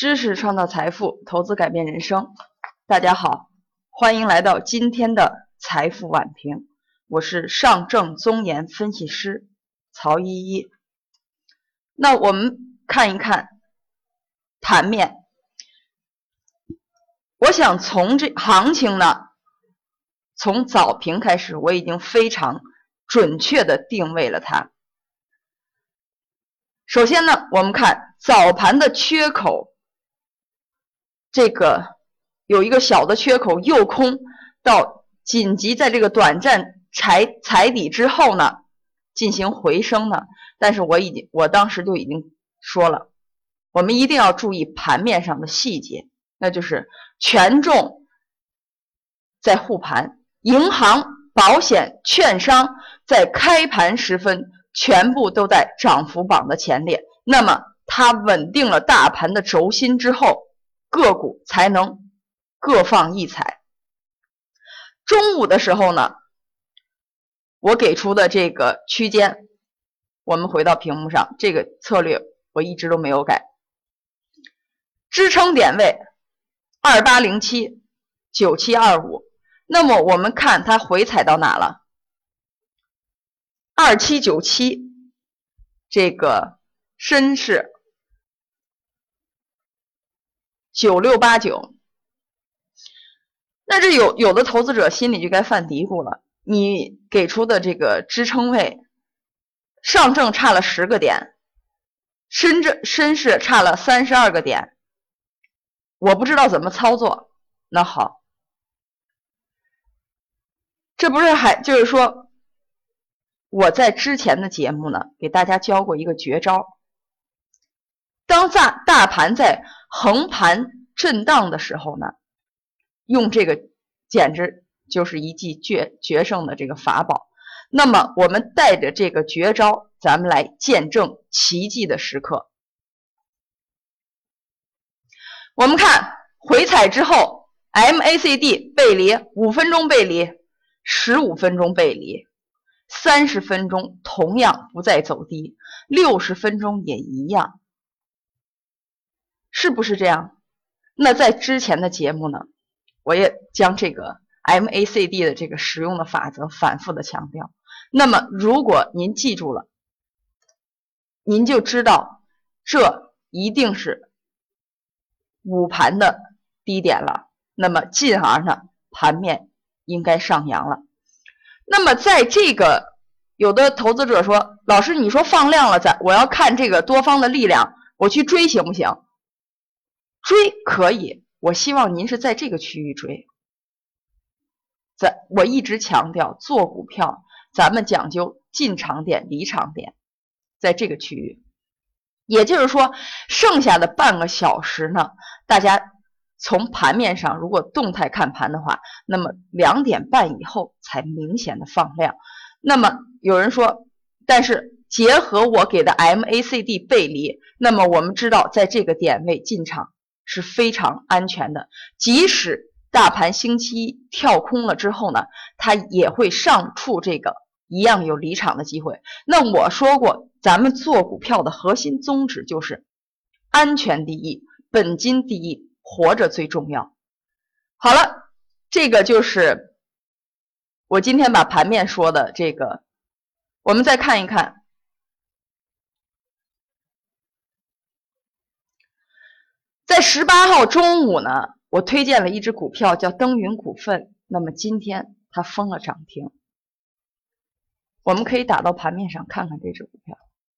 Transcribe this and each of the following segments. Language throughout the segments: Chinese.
知识创造财富，投资改变人生。大家好，欢迎来到今天的财富晚评，我是上证综研分析师曹依依。那我们看一看盘面，我想从这行情呢，从早评开始，我已经非常准确的定位了它。首先呢，我们看早盘的缺口，这个有一个小的缺口诱空到紧急在这个短暂踩底之后呢，进行回升呢。但是我当时就已经说了，我们一定要注意盘面上的细节，那就是权重在护盘，银行、保险、券商在开盘时分全部都在涨幅榜的前列，那么它稳定了大盘的轴心之后，个股才能各放异彩。中午的时候呢，我给出的这个区间，我们回到屏幕上，这个策略我一直都没有改。支撑点位2807、9725，那么我们看它回踩到哪了？2797，这个深市9689。那这有的投资者心里就该犯嘀咕了，你给出的这个支撑位，上证差了10个点，深市差了32个点，我不知道怎么操作。那好，这不是就是说我在之前的节目呢，给大家教过一个绝招。当大盘在横盘震荡的时候呢，用这个简直就是一记决胜的这个法宝。那么我们带着这个绝招，咱们来见证奇迹的时刻。我们看回踩之后 MACD 背离，5分钟背离，15分钟背离，30分钟同样不再走低，60分钟也一样，是不是这样？那在之前的节目呢，我也将这个 MACD 的这个使用的法则反复的强调。那么如果您记住了，您就知道这一定是午盘的低点了，那么进而呢，盘面应该上扬了。那么在这个有的投资者说，老师你说放量了，我要看这个多方的力量，我去追行不行？追可以，我希望您是在这个区域追。我一直强调做股票，咱们讲究进场点、离场点，在这个区域。也就是说，剩下的半个小时呢，大家从盘面上如果动态看盘的话，那么2点半以后才明显的放量。那么有人说，但是结合我给的 MACD 背离，那么我们知道在这个点位进场是非常安全的，即使大盘星期一跳空了之后呢，它也会上触这个一样有离场的机会。那我说过，咱们做股票的核心宗旨就是安全第一，本金第一，活着最重要。好了，这个就是我今天把盘面说的这个。我们再看一看在18号中午呢，我推荐了一只股票叫登云股份，那么今天它封了涨停。我们可以打到盘面上看看这只股票，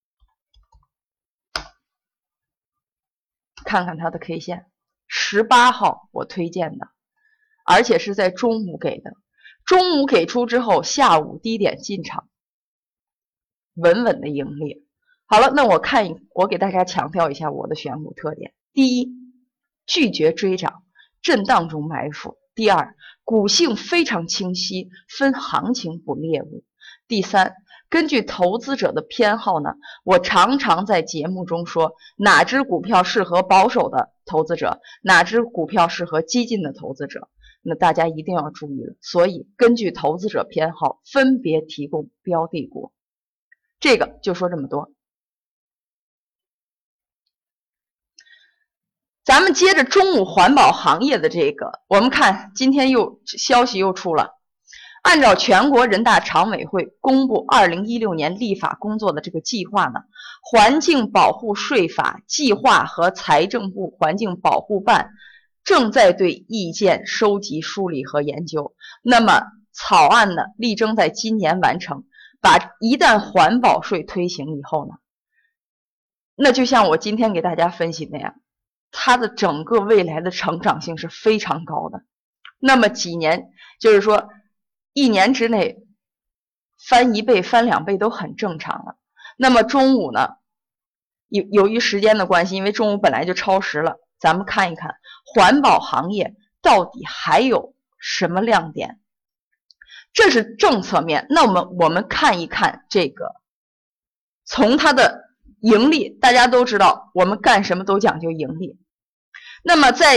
看看它的 K 线。18号我推荐的，而且是在中午给的。中午给出之后，下午低点进场，稳稳的盈利。好了，那我给大家强调一下我的选股特点。第一，拒绝追涨，震荡中埋伏。第二，股性非常清晰，分行情捕猎物。第三，根据投资者的偏好呢，我常常在节目中说哪只股票适合保守的投资者，哪只股票适合激进的投资者，那大家一定要注意了。所以根据投资者偏好分别提供标的股。这个就说这么多。 咱们接着中午环保行业的这个，我们看今天消息又出了，按照全国人大常委会公布2016年立法工作的这个计划呢，环境保护税法计划和财政部环境保护办正在对意见收集梳理和研究。那么草案呢，力争在今年完成。一旦环保税推行以后呢，那就像我今天给大家分析那样，它的整个未来的成长性是非常高的。那么几年，就是说1年之内翻1倍、翻2倍都很正常了。那么中午呢，由于时间的关系，因为中午本来就超时了，咱们看一看环保行业到底还有什么亮点。这是政策面。那我们看一看这个，从它的盈利，大家都知道我们干什么都讲究盈利。那么在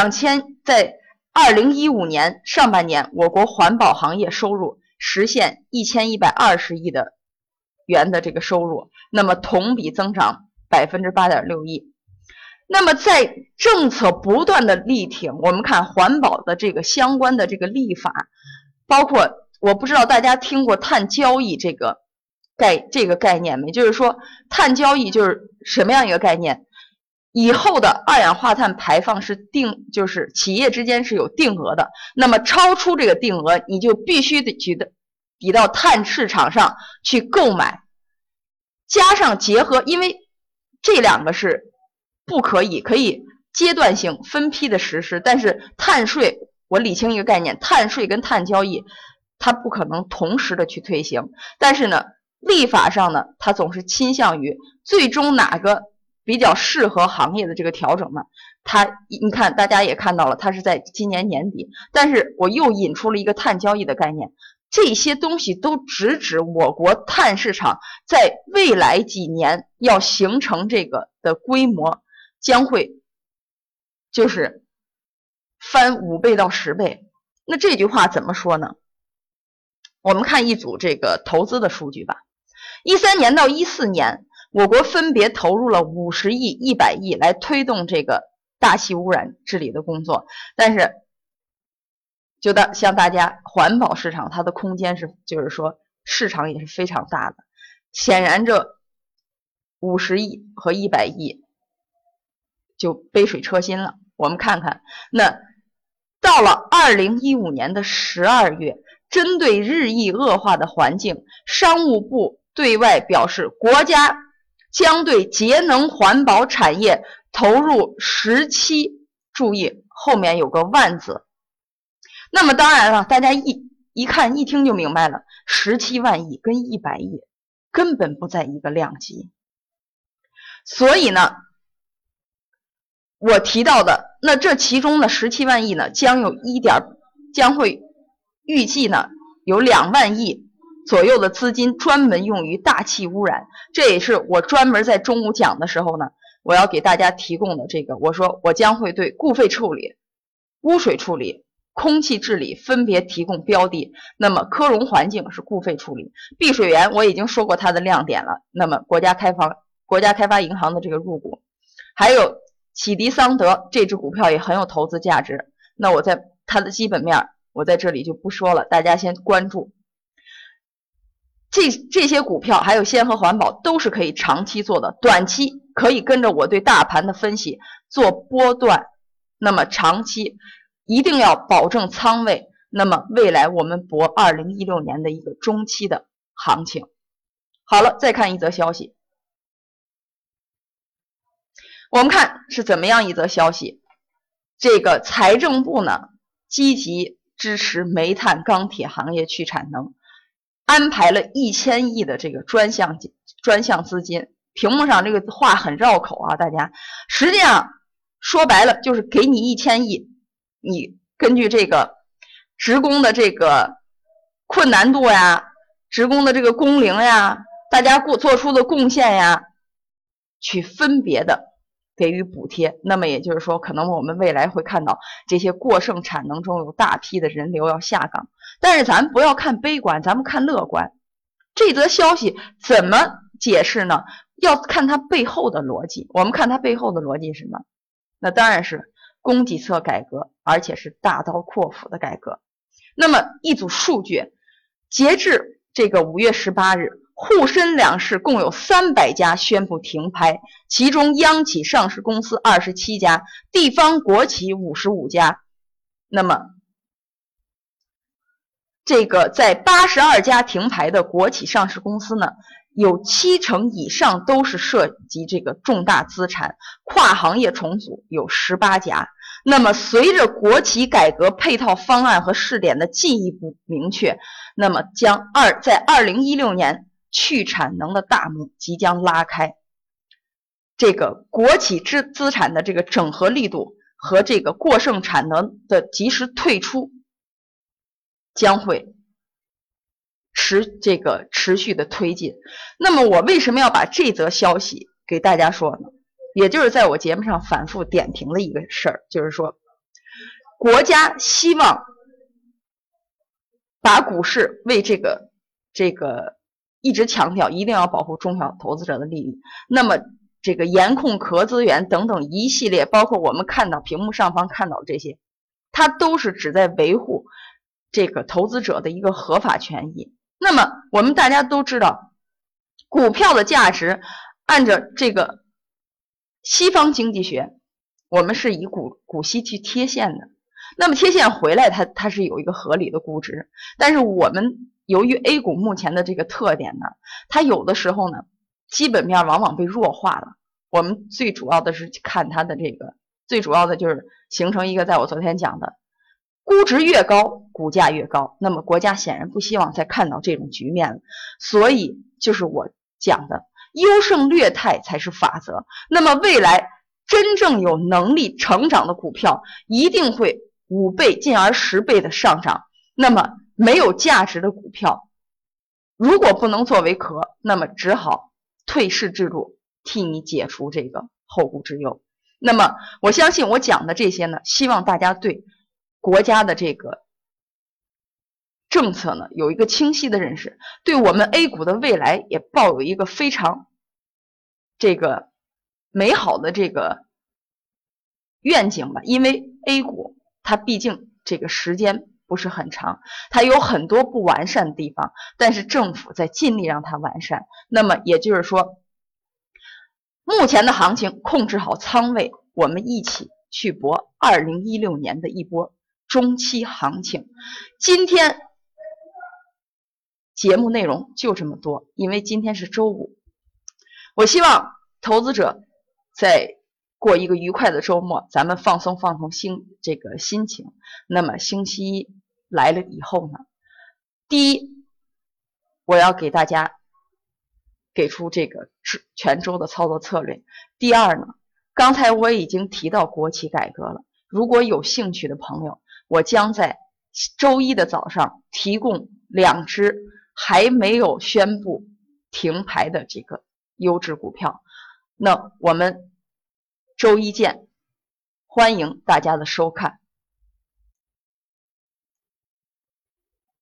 2015年上半年，我国环保行业收入实现1120亿元的这个收入，那么同比增长8.6亿。那么在政策不断的力挺，我们看环保的这个相关的这个立法，包括我不知道大家听过碳交易这个概念没？就是说碳交易就是什么样一个概念？以后的二氧化碳排放就是企业之间是有定额的，那么超出这个定额，你就必须得抵到碳市场上去购买。加上结合，因为这两个是可以阶段性分批的实施，但是碳税我理清一个概念，碳税跟碳交易它不可能同时的去推行，但是呢，立法上呢，它总是倾向于最终哪个比较适合行业的这个调整呢？你看大家也看到了，它是在今年年底，但是我又引出了一个碳交易的概念，这些东西都直指我国碳市场在未来几年要形成这个的规模，将会就是翻5倍到10倍。那这句话怎么说呢？我们看一组这个投资的数据吧。13年到14年，我国分别投入了50亿、100亿来推动这个大气污染治理的工作，但是像大家环保市场它的空间就是说市场也是非常大的，显然这50亿和100亿就杯水车薪了。我们看看，那到了2015年的12月，针对日益恶化的环境，商务部对外表示，国家将对节能环保产业投入17，注意后面有个万字。那么当然了，大家一看一听就明白了，17万亿跟100亿根本不在一个量级。所以呢，我提到的那这其中的17万亿呢，将会预计呢有2万亿左右的资金专门用于大气污染。这也是我专门在中午讲的时候呢，我要给大家提供的这个，我说我将会对固废处理、污水处理、空气治理分别提供标的。那么科融环境是固废处理，碧水源我已经说过它的亮点了，那么国家开发银行的这个入股，还有启迪桑德这只股票也很有投资价值。那我在它的基本面我在这里就不说了，大家先关注。这些股票还有先河环保都是可以长期做的，短期可以跟着我对大盘的分析做波段，那么长期一定要保证仓位，那么未来我们搏2016年的一个中期的行情。好了，再看一则消息，我们看是怎么样一则消息。这个财政部呢积极支持煤炭钢铁行业去产能，安排了1000亿的这个专项资金。屏幕上这个话很绕口啊，大家实际上说白了就是给你1000亿，你根据这个职工的这个困难度呀，职工的这个工龄呀，大家做出的贡献呀，去分别的给予补贴。那么也就是说，可能我们未来会看到这些过剩产能中有大批的人流要下岗。但是咱不要看悲观，咱们看乐观。这则消息怎么解释呢？要看它背后的逻辑。我们看它背后的逻辑是什么？ 那当然是供给侧改革，而且是大刀阔斧的改革。那么一组数据，截至这个5月18日，沪深两市共有300家宣布停牌，其中央企上市公司27家，地方国企55家。那么这个在82家停牌的国企上市公司呢，有70%以上都是涉及这个重大资产，跨行业重组有18家。那么随着国企改革配套方案和试点的进一步明确，那么在2016年去产能的大幕即将拉开，这个国企资产的这个整合力度和这个过剩产能的及时退出将会持续的推进。那么我为什么要把这则消息给大家说呢？也就是在我节目上反复点评的一个事儿，就是说国家希望把股市为这个一直强调一定要保护中小投资者的利益，那么这个严控壳资源等等一系列，包括我们看到屏幕上方看到的这些，它都是旨在维护这个投资者的一个合法权益。那么我们大家都知道，股票的价值按照这个西方经济学，我们是以股息去贴现的，那么贴现回来它是有一个合理的估值。但是我们由于 A 股目前的这个特点呢，它有的时候呢基本面往往被弱化了。我们最主要的是看它的最主要的就是形成一个在我昨天讲的，估值越高股价越高，那么国家显然不希望再看到这种局面了。所以就是我讲的优胜劣汰才是法则。那么未来真正有能力成长的股票一定会5倍进而10倍的上涨，那么没有价值的股票如果不能作为壳，那么只好退市制度替你解除这个后顾之忧。那么我相信我讲的这些呢，希望大家对国家的这个政策呢有一个清晰的认识，对我们 A 股的未来也抱有一个非常美好的愿景吧。因为 A 股它毕竟这个时间不是很长，它有很多不完善的地方，但是政府在尽力让它完善。那么也就是说，目前的行情控制好仓位，我们一起去搏2016年的一波中期行情。今天节目内容就这么多，因为今天是周五，我希望投资者在过一个愉快的周末，咱们放松心情。那么星期一来了以后呢，第一，我要给大家给出这个全周的操作策略。第二呢，刚才我已经提到国企改革了，如果有兴趣的朋友，我将在周一的早上提供2只还没有宣布停牌的这个优质股票。那我们周一见，欢迎大家的收看。